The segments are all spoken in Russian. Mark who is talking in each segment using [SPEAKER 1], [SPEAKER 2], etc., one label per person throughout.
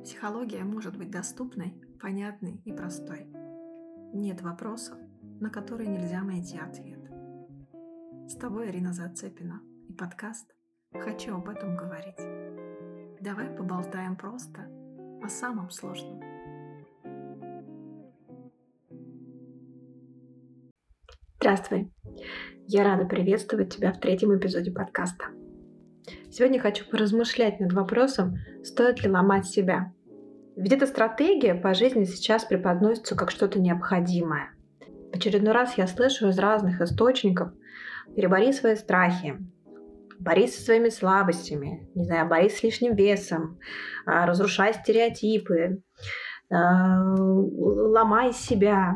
[SPEAKER 1] Психология может быть доступной, понятной и простой. Нет вопросов, на которые нельзя найти ответ. С тобой Ирина Зацепина и подкаст «Хочу об этом говорить». Давай поболтаем просто о самом сложном. Здравствуй! Я рада приветствовать тебя в 3-м эпизоде подкаста. Сегодня хочу поразмышлять над вопросом, стоит ли ломать себя. Ведь эта стратегия по жизни сейчас преподносится как что-то необходимое. В очередной раз я слышу из разных источников: перебори свои страхи, борись со своими слабостями, борись с лишним весом, разрушай стереотипы, ломай себя,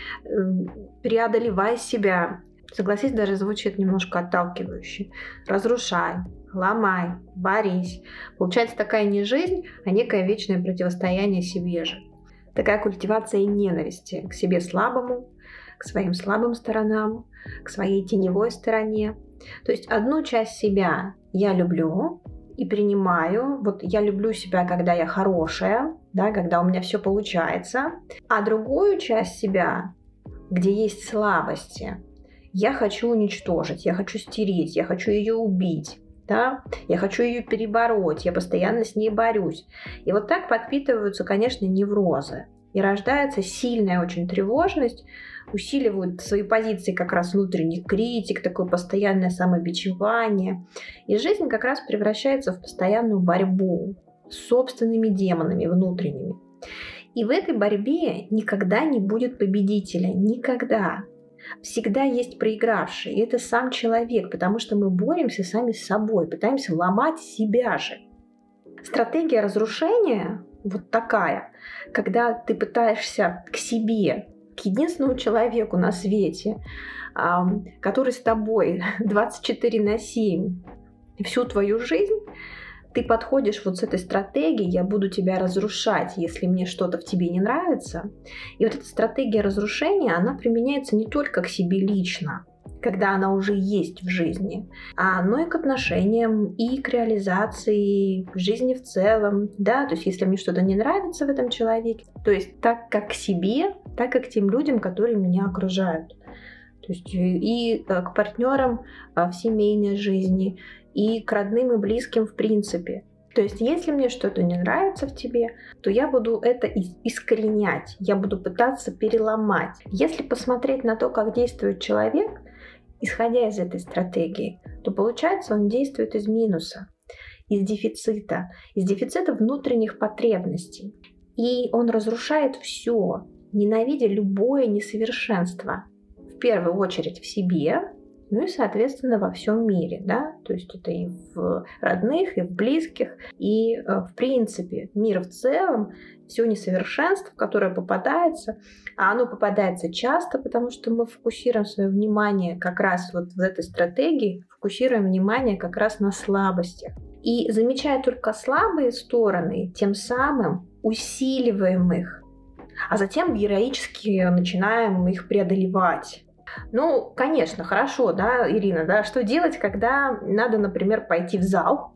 [SPEAKER 1] преодолевай себя. Согласись, даже звучит немножко отталкивающе. Разрушай, ломай, борись. Получается такая не жизнь, а некое вечное противостояние себе же. Такая культивация ненависти к себе слабому, к своим слабым сторонам, к своей теневой стороне. То есть одну часть себя я люблю и принимаю. Вот я люблю себя, когда я хорошая, когда у меня все получается. А другую часть себя, где есть слабости, я хочу уничтожить, я хочу стереть, я хочу ее убить. Я хочу ее перебороть, я постоянно с ней борюсь. И вот так подпитываются, конечно, неврозы. И рождается сильная очень тревожность, усиливают свои позиции как раз внутренний критик, такое постоянное самобичевание. И жизнь как раз превращается в постоянную борьбу с собственными демонами внутренними. И в этой борьбе никогда не будет победителя, никогда. Всегда есть проигравший, и это сам человек, потому что мы боремся сами с собой, пытаемся ломать себя же. Стратегия разрушения вот такая, когда ты пытаешься к себе, к единственному человеку на свете, который с тобой 24/7 всю твою жизнь, ты подходишь вот с этой стратегией: я буду тебя разрушать, если мне что-то в тебе не нравится. И вот эта стратегия разрушения, она применяется не только к себе лично, когда она уже есть в жизни, но и к отношениям, и к реализации, к жизни в целом. То есть если мне что-то не нравится в этом человеке, то есть так как к себе, так и к тем людям, которые меня окружают. То есть и к партнерам в семейной жизни, и к родным и близким в принципе. То есть если мне что-то не нравится в тебе, то я буду это искоренять, я буду пытаться переломать. Если посмотреть на то, как действует человек, исходя из этой стратегии, то получается, он действует из минуса, из дефицита внутренних потребностей. И он разрушает все, ненавидя любое несовершенство. В первую очередь в себе, и, соответственно, во всем мире. То есть это и в родных, и в близких, и в принципе мир в целом, все несовершенство, которое попадается, а оно попадается часто, потому что мы фокусируем свое внимание как раз вот в этой стратегии, фокусируем внимание как раз на слабостях. И замечая только слабые стороны, тем самым усиливаем их, а затем героически начинаем их преодолевать. Конечно, хорошо, Ирина, что делать, когда надо, например, пойти в зал,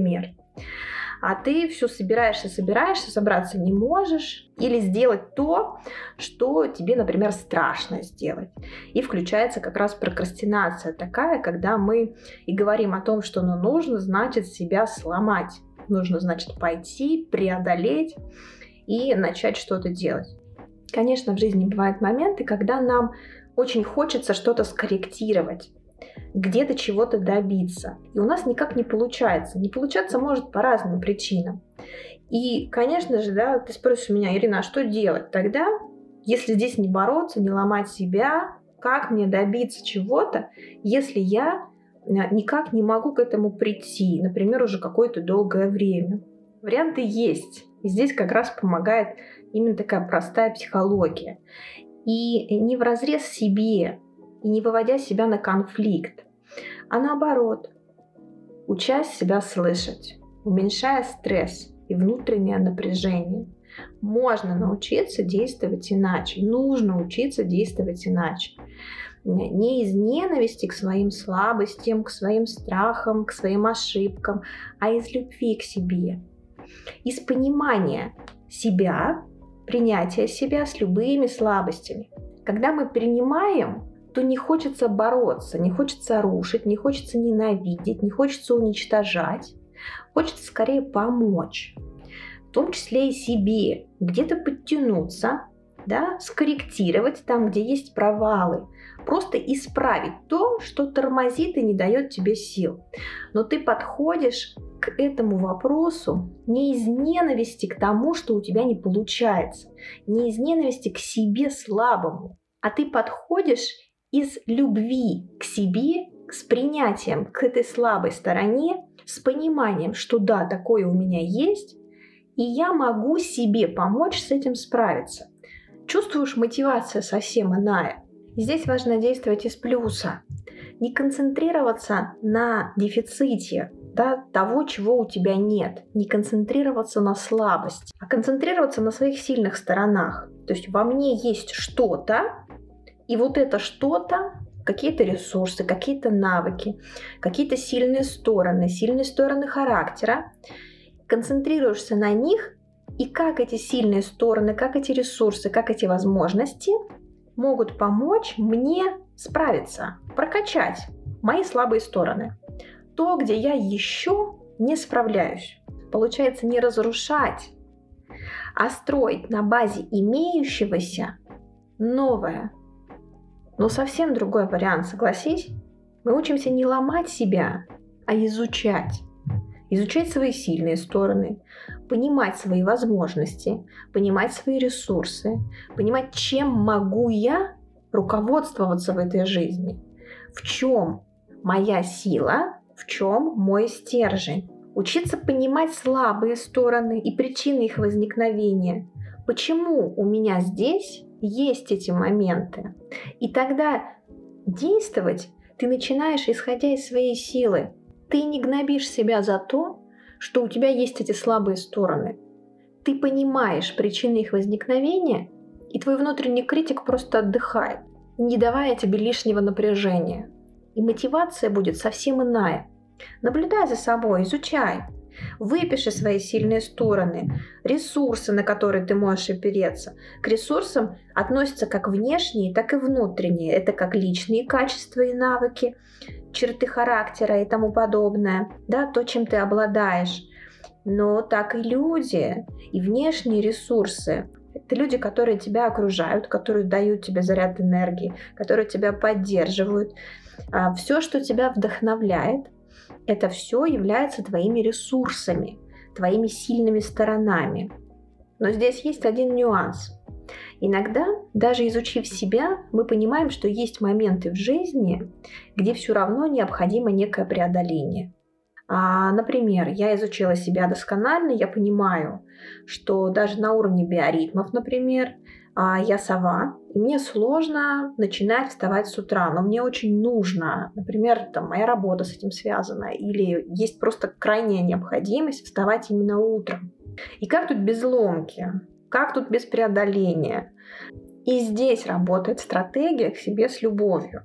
[SPEAKER 1] а ты все собираешься, собраться не можешь, или сделать то, что тебе, например, страшно сделать. И включается как раз прокрастинация такая, когда мы и говорим о том, что нужно, значит, себя сломать. Нужно, значит, пойти, преодолеть и начать что-то делать. Конечно, в жизни бывают моменты, когда нам очень хочется что-то скорректировать, где-то чего-то добиться. И у нас никак не получается. Не получаться может по разным причинам. И, конечно же, ты спросишь меня: Ирина, а что делать тогда, если здесь не бороться, не ломать себя? Как мне добиться чего-то, если я никак не могу к этому прийти, например, уже какое-то долгое время? Варианты есть. И здесь как раз помогает именно такая простая психология. И не вразрез себе, и не выводя себя на конфликт, а наоборот, учась себя слышать, уменьшая стресс и внутреннее напряжение, можно научиться действовать иначе, нужно учиться действовать иначе. Не из ненависти к своим слабостям, к своим страхам, к своим ошибкам, а из любви к себе. из понимания себя, принятия себя с любыми слабостями. Когда мы принимаем, то не хочется бороться, не хочется рушить, не хочется ненавидеть, не хочется уничтожать. Хочется скорее помочь, в том числе и себе, где-то подтянуться, да, скорректировать там, где есть провалы, просто исправить то, что тормозит и не дает тебе сил. Но ты подходишь к этому вопросу не из ненависти к тому, что у тебя не получается, не из ненависти к себе слабому, а ты подходишь из любви к себе, с принятием к этой слабой стороне, с пониманием, что да, такое у меня есть, и я могу себе помочь с этим справиться. Чувствуешь, мотивация совсем иная. И здесь важно действовать из плюса. Не концентрироваться на дефиците, да, того, чего у тебя нет. Не концентрироваться на слабости, а концентрироваться на своих сильных сторонах. То есть во мне есть что-то, и вот это что-то, какие-то ресурсы, какие-то навыки, какие-то сильные стороны характера. Концентрируешься на них, и как эти сильные стороны, как эти ресурсы, как эти возможности могут помочь мне справиться, прокачать мои слабые стороны. То, где я еще не справляюсь. Получается, не разрушать, а строить на базе имеющегося новое. Но совсем другой вариант, согласись? Мы учимся не ломать себя, а изучать. Изучать свои сильные стороны, понимать свои возможности, понимать свои ресурсы, понимать, чем могу я руководствоваться в этой жизни, в чем моя сила, в чем мой стержень. Учиться понимать слабые стороны и причины их возникновения. Почему у меня здесь есть эти моменты? И тогда действовать ты начинаешь, исходя из своей силы. Ты не гнобишь себя за то, что у тебя есть эти слабые стороны. Ты понимаешь причины их возникновения, и твой внутренний критик просто отдыхает, не давая тебе лишнего напряжения. И мотивация будет совсем иная. Наблюдай за собой, изучай. Выпиши свои сильные стороны, ресурсы, на которые ты можешь опереться. К ресурсам относятся как внешние, так и внутренние. Это как личные качества и навыки, черты характера и тому подобное, да, то, чем ты обладаешь. Но так и люди, и внешние ресурсы. Это люди, которые тебя окружают, которые дают тебе заряд энергии, которые тебя поддерживают. Все, что тебя вдохновляет, это все является твоими ресурсами, твоими сильными сторонами. Но здесь есть один нюанс. Иногда, даже изучив себя, мы понимаем, что есть моменты в жизни, где все равно необходимо некое преодоление. Например, я изучила себя досконально, я понимаю, что даже на уровне биоритмов, например, я сова, и мне сложно начинать вставать с утра, но мне очень нужно, например, там, моя работа с этим связана, или есть просто крайняя необходимость вставать именно утром. И как тут без ломки? Как тут без преодоления? И здесь работает стратегия к себе с любовью.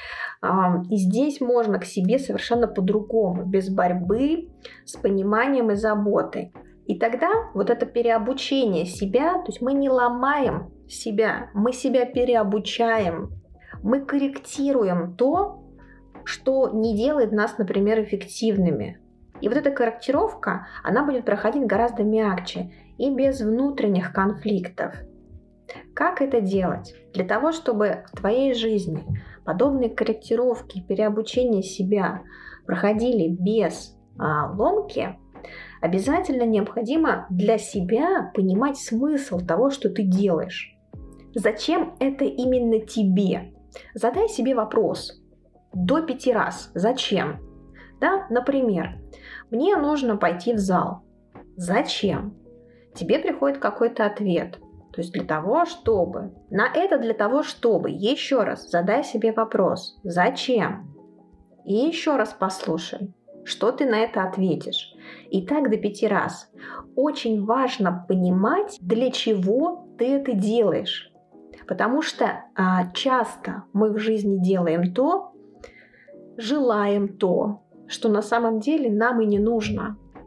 [SPEAKER 1] И здесь можно к себе совершенно по-другому, без борьбы, с пониманием и заботой. И тогда вот это переобучение себя, то есть мы не ломаем себя, мы себя переобучаем, мы корректируем то, что не делает нас, например, эффективными. И вот эта корректировка, она будет проходить гораздо мягче и без внутренних конфликтов. Как это делать? Для того, чтобы в твоей жизни подобные корректировки, переобучение себя проходили без ломки, обязательно необходимо для себя понимать смысл того, что ты делаешь. Зачем это именно тебе? Задай себе вопрос до 5 раз. Зачем? Да? Например, мне нужно пойти в зал. Зачем? Тебе приходит какой-то ответ. То есть для того, чтобы. Для того, чтобы. Еще раз задай себе вопрос. Зачем? И еще раз послушай, что ты на это ответишь. И так до 5 раз. Очень важно понимать, для чего ты это делаешь. Потому что часто мы в жизни делаем то, желаем то, что на самом деле нам и не нужно.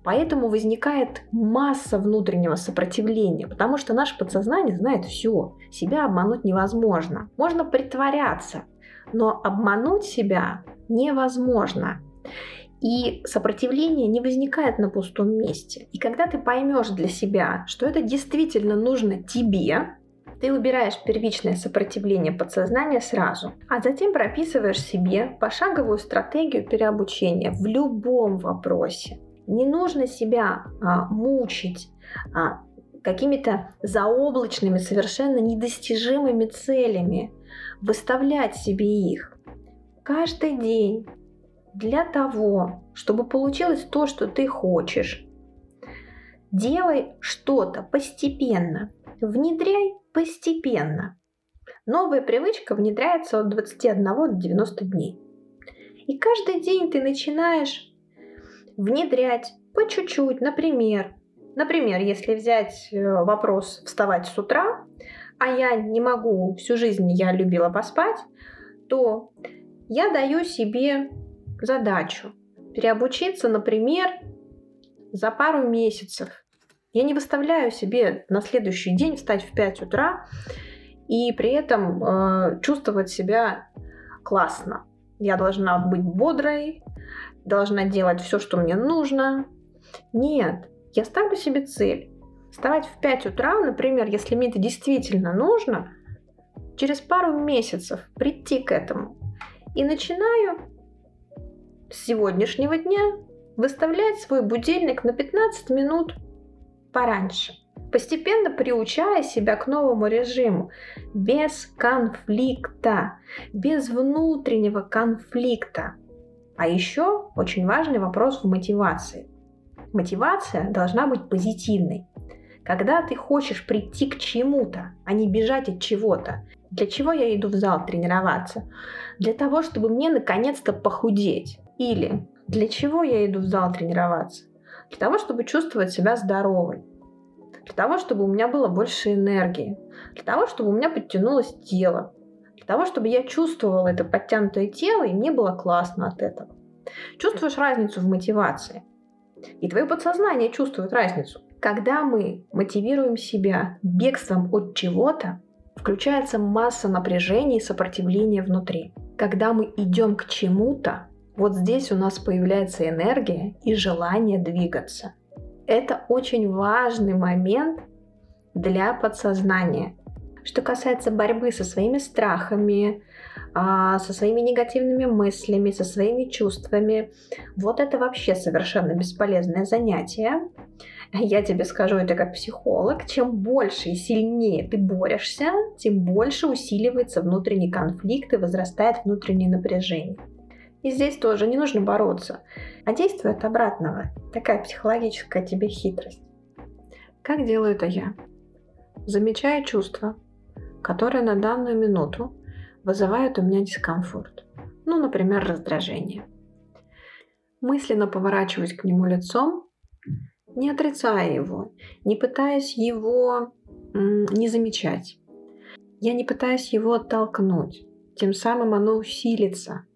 [SPEAKER 1] Поэтому возникает масса внутреннего сопротивления, потому что наше подсознание знает все, себя обмануть невозможно. Можно притворяться, но обмануть себя невозможно. И сопротивление не возникает на пустом месте. И когда ты поймешь для себя, что это действительно нужно тебе, ты убираешь первичное сопротивление подсознания сразу, а затем прописываешь себе пошаговую стратегию переобучения в любом вопросе. Не нужно себя мучить какими-то заоблачными, совершенно недостижимыми целями, выставлять себе их каждый день для того, чтобы получилось то, что ты хочешь. Делай что-то постепенно, внедряй постепенно. Новая привычка внедряется от 21 до 90 дней. И каждый день ты начинаешь внедрять по чуть-чуть. Например, если взять вопрос вставать с утра, а я не могу, всю жизнь я любила поспать, то я даю себе задачу переобучиться, например, за пару месяцев. Я не выставляю себе на следующий день встать в 5 утра и при этом чувствовать себя классно. Я должна быть бодрой, должна делать все, что мне нужно. Нет, я ставлю себе цель. Вставать в 5 утра, например, если мне это действительно нужно, через пару месяцев прийти к этому. И начинаю с сегодняшнего дня выставлять свой будильник на 15 минут пораньше, постепенно приучая себя к новому режиму, без конфликта, без внутреннего конфликта. А еще очень важный вопрос в мотивации. Мотивация должна быть позитивной. Когда ты хочешь прийти к чему-то, а не бежать от чего-то. Для чего я иду в зал тренироваться? Для того, чтобы мне наконец-то похудеть. Или для чего я иду в зал тренироваться? Для того, чтобы чувствовать себя здоровой. Для того, чтобы у меня было больше энергии. Для того, чтобы у меня подтянулось тело. Для того, чтобы я чувствовала это подтянутое тело, и мне было классно от этого. Чувствуешь разницу в мотивации? И твое подсознание чувствует разницу. Когда мы мотивируем себя бегством от чего-то, включается масса напряжения и сопротивления внутри. Когда мы идем к чему-то, вот здесь у нас появляется энергия и желание двигаться. Это очень важный момент для подсознания. Что касается борьбы со своими страхами, со своими негативными мыслями, со своими чувствами, вот это вообще совершенно бесполезное занятие. Я тебе скажу это как психолог. Чем больше и сильнее ты борешься, тем больше усиливается внутренний конфликт и возрастает внутреннее напряжение. И здесь тоже не нужно бороться, а действуй от обратного. Такая психологическая тебе хитрость. Как делаю это я? Замечаю чувства, которые на данную минуту вызывают у меня дискомфорт. Например, раздражение. Мысленно поворачиваюсь к нему лицом, не отрицая его, не пытаясь его не замечать. Я не пытаюсь его оттолкнуть. Тем самым оно усилится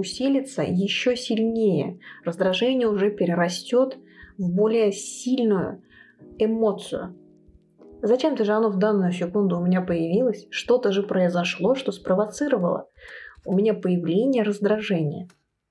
[SPEAKER 1] еще сильнее. Раздражение уже перерастет в более сильную эмоцию. Зачем-то же оно в данную секунду у меня появилось, что-то же произошло, что спровоцировало у меня появление раздражения.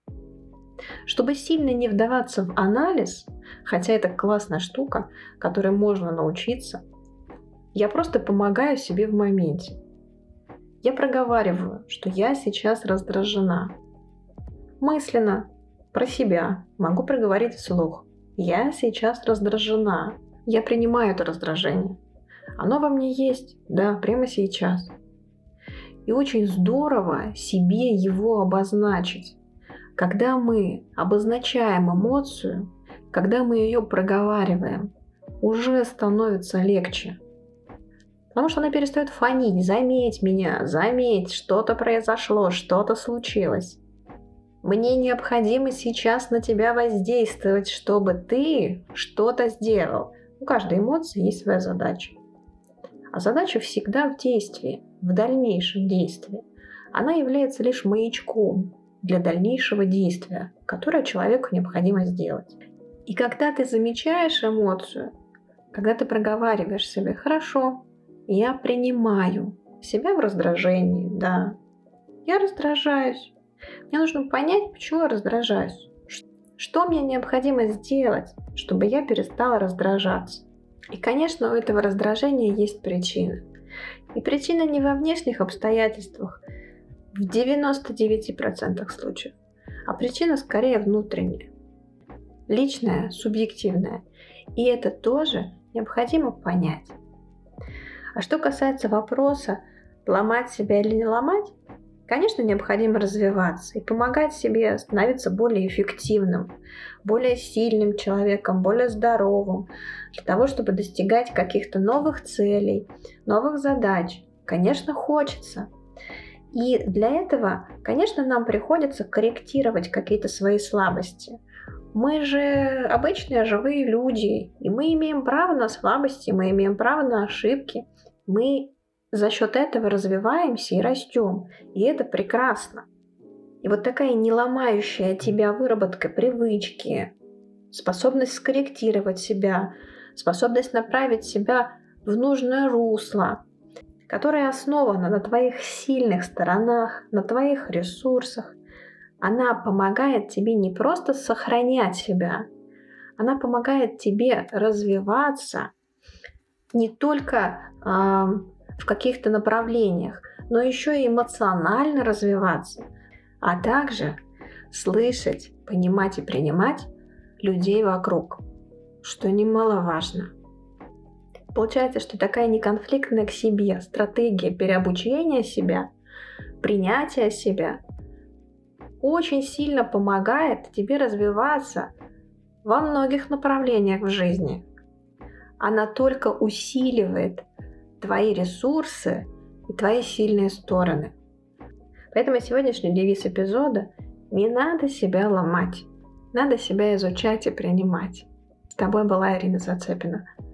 [SPEAKER 1] Чтобы сильно не вдаваться в анализ, хотя это классная штука, которой можно научиться, я просто помогаю себе в моменте. Я проговариваю, что я сейчас раздражена. Мысленно, про себя, могу проговорить вслух. Я сейчас раздражена. Я принимаю это раздражение. Оно во мне есть, да, прямо сейчас. И очень здорово себе его обозначить. Когда мы обозначаем эмоцию, когда мы ее проговариваем, уже становится легче. Потому что она перестает фонить. Заметь меня, заметь, что-то произошло, что-то случилось. Мне необходимо сейчас на тебя воздействовать, чтобы ты что-то сделал. У каждой эмоции есть своя задача. А задача всегда в действии, в дальнейшем действии. Она является лишь маячком для дальнейшего действия, которое человеку необходимо сделать. И когда ты замечаешь эмоцию, когда ты проговариваешь себе: хорошо, я принимаю себя в раздражении, да, я раздражаюсь. Мне нужно понять, почему я раздражаюсь. Что мне необходимо сделать, чтобы я перестала раздражаться. И, конечно, у этого раздражения есть причина. И причина не во внешних обстоятельствах, в 99% случаев, а причина скорее внутренняя, личная, субъективная. И это тоже необходимо понять. А что касается вопроса, ломать себя или не ломать, конечно, необходимо развиваться и помогать себе становиться более эффективным, более сильным человеком, более здоровым, для того, чтобы достигать каких-то новых целей, новых задач. Конечно, хочется. И для этого, конечно, нам приходится корректировать какие-то свои слабости. Мы же обычные живые люди, и мы имеем право на слабости, мы имеем право на ошибки. Мы за счет этого развиваемся и растем, и это прекрасно. И вот такая не ломающая тебя выработка привычки, способность скорректировать себя, способность направить себя в нужное русло, которая основана на твоих сильных сторонах, на твоих ресурсах, она помогает тебе не просто сохранять себя, она помогает тебе развиваться не только в каких-то направлениях, но еще и эмоционально развиваться, а также слышать, понимать и принимать людей вокруг, что немаловажно. Получается, что такая неконфликтная к себе стратегия переобучения себя, принятия себя очень сильно помогает тебе развиваться во многих направлениях в жизни. Она только усиливает твои ресурсы и твои сильные стороны. Поэтому сегодняшний девиз эпизода: не надо себя ломать, надо себя изучать и принимать. С тобой была Ирина Зацепина.